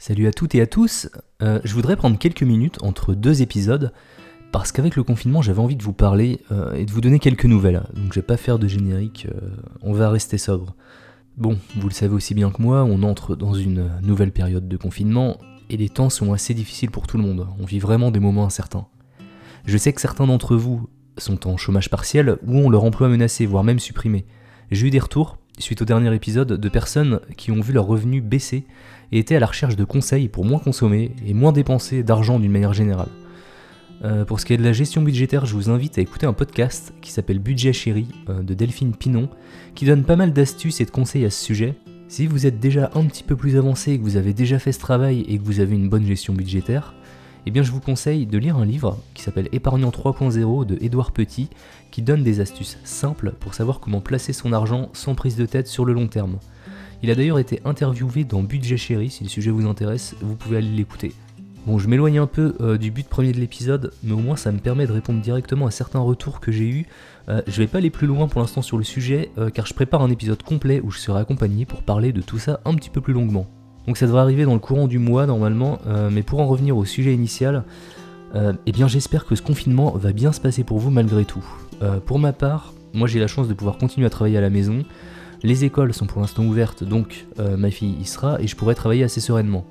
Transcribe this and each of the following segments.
Salut à toutes et à tous, je voudrais prendre quelques minutes entre deux épisodes parce qu'avec le confinement j'avais envie de vous parler et de vous donner quelques nouvelles, donc je vais pas faire de générique, on va rester sobre. Bon, vous le savez aussi bien que moi, on entre dans une nouvelle période de confinement et les temps sont assez difficiles pour tout le monde, on vit vraiment des moments incertains. Je sais que certains d'entre vous sont en chômage partiel ou ont leur emploi menacé, voire même supprimé. J'ai eu des retours, suite au dernier épisode, de personnes qui ont vu leurs revenus baisser et étaient à la recherche de conseils pour moins consommer et moins dépenser d'argent d'une manière générale. Pour ce qui est de la gestion budgétaire, je vous invite à écouter un podcast qui s'appelle Budget Chéri de Delphine Pinon, qui donne pas mal d'astuces et de conseils à ce sujet. Si vous êtes déjà un petit peu plus avancé, que vous avez déjà fait ce travail et que vous avez une bonne gestion budgétaire, eh bien je vous conseille de lire un livre qui s'appelle Épargnant 3.0 de Édouard Petit, qui donne des astuces simples pour savoir comment placer son argent sans prise de tête sur le long terme. Il a d'ailleurs été interviewé dans Budget Chéri, si le sujet vous intéresse, vous pouvez aller l'écouter. Bon, je m'éloigne un peu du but premier de l'épisode, mais au moins ça me permet de répondre directement à certains retours que j'ai eus. Je vais pas aller plus loin pour l'instant sur le sujet, car je prépare un épisode complet où je serai accompagné pour parler de tout ça un petit peu plus longuement. Donc ça devrait arriver dans le courant du mois normalement, mais pour en revenir au sujet initial, eh bien j'espère que ce confinement va bien se passer pour vous malgré tout. Pour ma part, moi j'ai la chance de pouvoir continuer à travailler à la maison. Les écoles sont pour l'instant ouvertes, donc ma fille y sera et je pourrai travailler assez sereinement.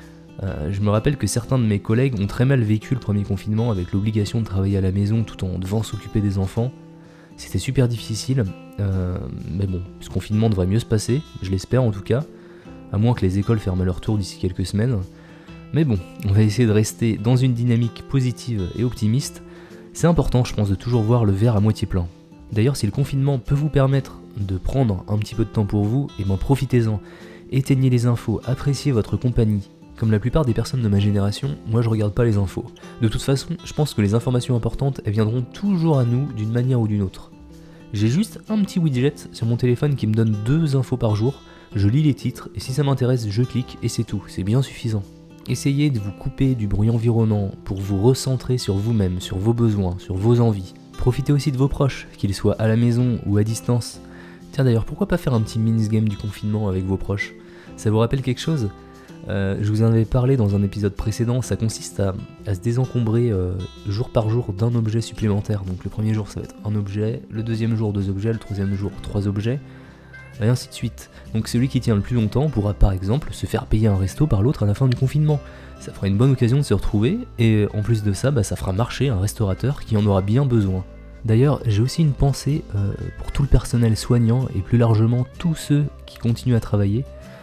Je me rappelle que certains de mes collègues ont très mal vécu le premier confinement avec l'obligation de travailler à la maison tout en devant s'occuper des enfants. C'était super difficile, mais bon, ce confinement devrait mieux se passer, je l'espère en tout cas, à moins que les écoles ferment à leur tour d'ici quelques semaines. Mais bon, on va essayer de rester dans une dynamique positive et optimiste. C'est important, je pense, de toujours voir le verre à moitié plein. D'ailleurs, si le confinement peut vous permettre de prendre un petit peu de temps pour vous, et bien profitez-en. Éteignez les infos, appréciez votre compagnie. Comme la plupart des personnes de ma génération, moi je regarde pas les infos. De toute façon, je pense que les informations importantes, elles viendront toujours à nous d'une manière ou d'une autre. J'ai juste un petit widget sur mon téléphone qui me donne 2 infos par jour. Je lis les titres, et si ça m'intéresse, je clique, et c'est tout, c'est bien suffisant. Essayez de vous couper du bruit environnant pour vous recentrer sur vous-même, sur vos besoins, sur vos envies. Profitez aussi de vos proches, qu'ils soient à la maison ou à distance. Tiens d'ailleurs, pourquoi pas faire un petit mini-game du confinement avec vos proches ? Ça vous rappelle quelque chose ? Je vous en avais parlé dans un épisode précédent, ça consiste à se désencombrer jour par jour d'un objet supplémentaire. Donc le premier jour ça va être un objet, le deuxième jour 2 objets, le troisième jour 3 objets, et ainsi de suite. Donc celui qui tient le plus longtemps pourra par exemple se faire payer un resto par l'autre à la fin du confinement. Ça fera une bonne occasion de se retrouver, et en plus de ça, ça fera marcher un restaurateur qui en aura bien besoin. D'ailleurs, j'ai aussi une pensée pour tout le personnel soignant et plus largement tous ceux qui continuent à travailler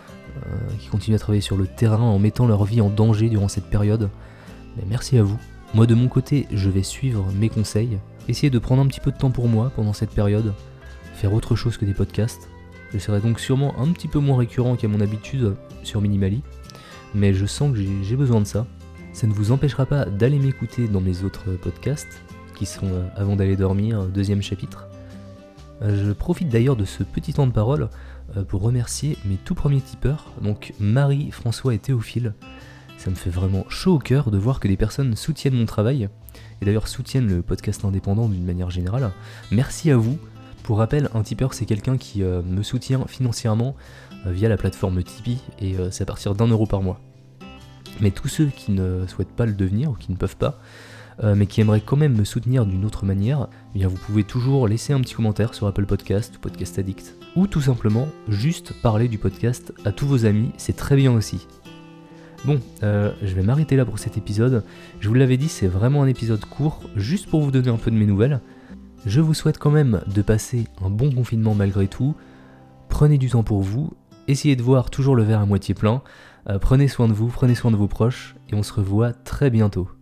sur le terrain en mettant leur vie en danger durant cette période. Mais merci à vous. Moi de mon côté, je vais suivre mes conseils, essayer de prendre un petit peu de temps pour moi pendant cette période, faire autre chose que des podcasts. Je serai donc sûrement un petit peu moins récurrent qu'à mon habitude sur Minimali, mais je sens que j'ai besoin de ça. Ça ne vous empêchera pas d'aller m'écouter dans mes autres podcasts, qui sont Avant d'aller dormir, 2e chapitre. Je profite d'ailleurs de ce petit temps de parole pour remercier mes tout premiers tipeurs, donc Marie, François et Théophile. Ça me fait vraiment chaud au cœur de voir que des personnes soutiennent mon travail, et d'ailleurs soutiennent le podcast indépendant d'une manière générale. Merci à vous. Pour rappel, un tipeur c'est quelqu'un qui me soutient financièrement via la plateforme Tipeee, et c'est à partir d'1€ par mois. Mais tous ceux qui ne souhaitent pas le devenir, ou qui ne peuvent pas, mais qui aimeraient quand même me soutenir d'une autre manière, eh bien vous pouvez toujours laisser un petit commentaire sur Apple Podcast ou Podcast Addict, ou tout simplement juste parler du podcast à tous vos amis, c'est très bien aussi. Bon, je vais m'arrêter là pour cet épisode. Je vous l'avais dit, c'est vraiment un épisode court, juste pour vous donner un peu de mes nouvelles. Je vous souhaite quand même de passer un bon confinement malgré tout. Prenez du temps pour vous, essayez de voir toujours le verre à moitié plein. Prenez soin de vous, prenez soin de vos proches, et on se revoit très bientôt.